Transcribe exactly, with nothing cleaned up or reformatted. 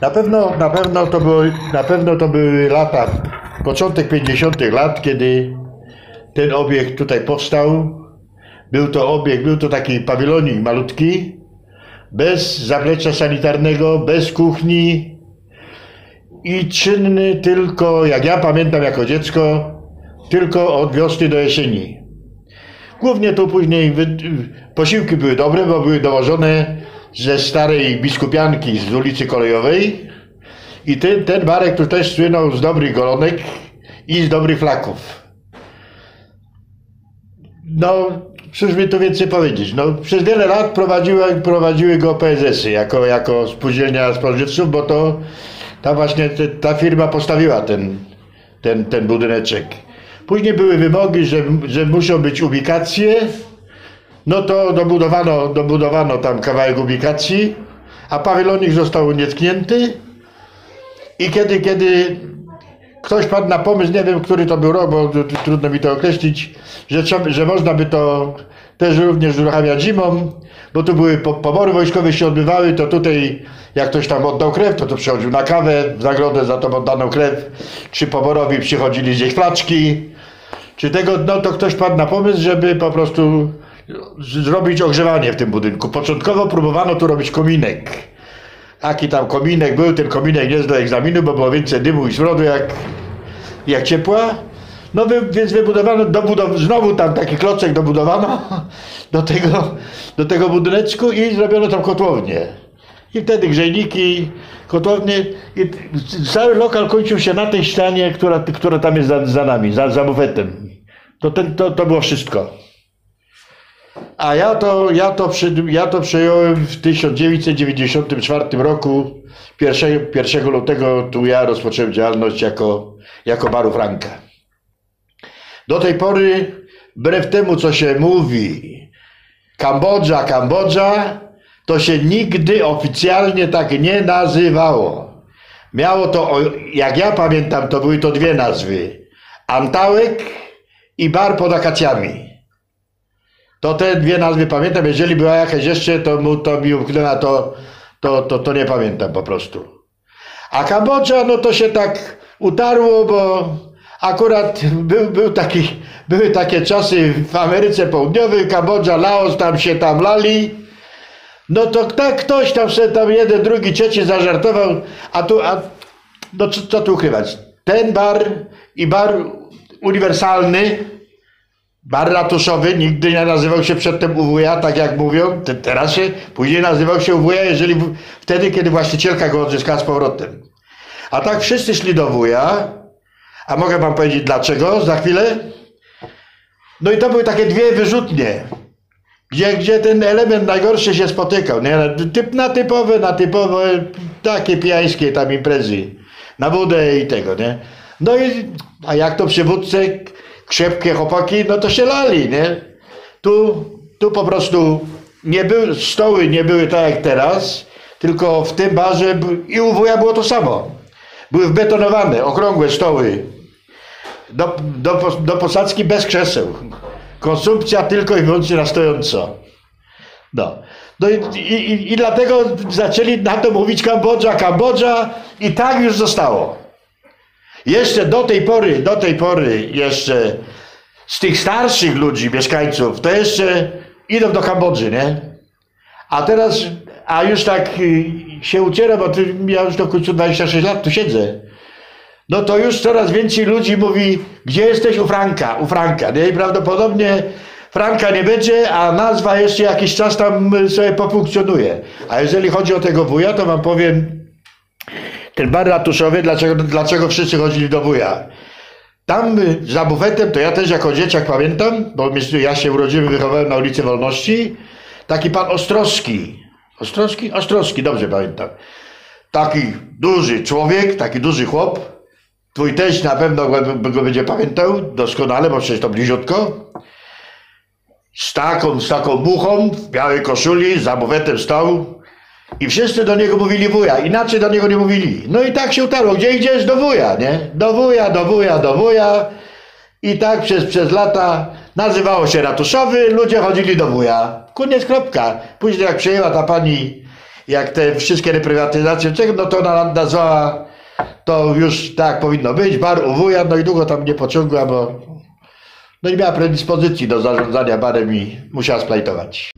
Na pewno, na pewno to były, na pewno to były lata, początek pięćdziesiątych lat, kiedy ten obiekt tutaj powstał. Był to obiekt, był to taki pawilonik malutki, bez zaplecza sanitarnego, bez kuchni i czynny tylko, jak ja pamiętam jako dziecko, tylko od wiosny do jesieni. Głównie tu później posiłki były dobre, bo były dowożone ze starej biskupianki z ulicy Kolejowej i ten, ten barek tu też słynął z dobrych golonek i z dobrych flaków. No, cóż mi tu więcej powiedzieć, no przez wiele lat prowadziły, prowadziły go P S S-y jako, jako spółdzielnia spożywców, bo to ta właśnie te, ta firma postawiła ten, ten, ten budyneczek. Później były wymogi, że, że muszą być ubikacje, no to dobudowano, dobudowano tam kawałek ubikacji, a pawilonik został nietknięty i kiedy, kiedy ktoś padł na pomysł, nie wiem, który to był rok, bo trudno mi to określić, że, trzeba, że można by to też również uruchamiać zimą, bo tu były pobory wojskowe się odbywały, to tutaj jak ktoś tam oddał krew, to tu przychodził na kawę, w nagrodę za tą oddaną krew, czy poborowi przychodzili zjeść flaczki, czy tego, no to ktoś padł na pomysł, żeby po prostu zrobić ogrzewanie w tym budynku. Początkowo próbowano tu robić kominek. Taki tam kominek był, ten kominek nie jest do egzaminu, bo było więcej dymu i smrodu jak, jak ciepła. No więc wybudowano, dobudow, znowu tam taki klocek dobudowano do tego, do tego budyneczku i zrobiono tam kotłownię. I wtedy grzejniki, kotłownie i cały lokal kończył się na tej ścianie, która, która tam jest za, za nami, za, za bufetem. To, ten, to, to było wszystko. A ja to, ja to, przy, ja to przejąłem w tysiąc dziewięćset dziewięćdziesiątym czwartym roku, pierwszego lutego, tu ja rozpocząłem działalność jako, jako baru Franka. Do tej pory, wbrew temu co się mówi, Kambodża, Kambodża, to się nigdy oficjalnie tak nie nazywało. Miało to, jak ja pamiętam, to były to dwie nazwy. Antałek i bar pod akacjami. To te dwie nazwy pamiętam, jeżeli była jakaś jeszcze, to, mu, to mi umknęła, to, to, to, to nie pamiętam po prostu. A Kambodża, no to się tak utarło, bo akurat był, był taki, były takie czasy w Ameryce Południowej, Kambodża, Laos, tam się tam lali. No to tak ktoś tam sobie tam jeden, drugi, trzeci zażartował, a tu, a, no co, co tu ukrywać? Ten bar i bar uniwersalny, bar ratuszowy nigdy nie nazywał się przedtem U W J A, tak jak mówią, teraz się, później nazywał się U W J A, jeżeli, wtedy, kiedy właścicielka go odzyskała z powrotem. A tak wszyscy szli do W J A, a mogę wam powiedzieć dlaczego za chwilę? No i to były takie dwie wyrzutnie, gdzie, gdzie ten element najgorszy się spotykał, nie? Typ, na typowe, na typowe, takie pijańskie tam imprezy, na wódę i tego, nie? No i, a jak to przywódce, krzepkie chłopaki, no to się lali, nie? Tu, tu po prostu nie były, stoły nie były tak jak teraz, tylko w tym barze i u wuja było to samo. Były wbetonowane, okrągłe stoły, do, do, do posadzki bez krzeseł. Konsumpcja tylko i wyłącznie na stojąco. No, no i, i, i dlatego zaczęli na to mówić Kambodża, Kambodża i tak już zostało. Jeszcze do tej pory, do tej pory jeszcze z tych starszych ludzi, mieszkańców, to jeszcze idą do Kambodży, nie? A teraz, a już tak się ucieram, bo ja już do końca dwadzieścia sześć lat tu siedzę. No to już coraz więcej ludzi mówi, gdzie jesteś? U Franka, u Franka, nie? I prawdopodobnie Franka nie będzie, a nazwa jeszcze jakiś czas tam sobie pofunkcjonuje. A jeżeli chodzi o tego wuja, to wam powiem, ten bar ratuszowy, dlaczego, dlaczego wszyscy chodzili do wuja. Tam za bufetem, to ja też jako dzieciak pamiętam, bo ja się urodziłem, wychowałem na ulicy Wolności, taki pan Ostrowski. Ostrowski? Ostrowski, dobrze pamiętam. Taki duży człowiek, taki duży chłop. Twój teść na pewno go będzie pamiętał doskonale, bo przecież to bliziutko. Z taką, z taką muchą w białej koszuli, za bufetem stał. I wszyscy do niego mówili wuja, inaczej do niego nie mówili. No i tak się utarło, gdzie idziesz? Do wuja, nie? Do wuja, do wuja, do wuja. I tak przez, przez lata nazywało się ratuszowy, ludzie chodzili do wuja. Koniec, kropka. Później jak przyjęła ta pani jak te wszystkie reprywatyzacje, no to ona nazwała to już tak powinno być, bar u wuja, no i długo tam nie pociągła, bo no nie miała predyspozycji do zarządzania barem i musiała splajtować.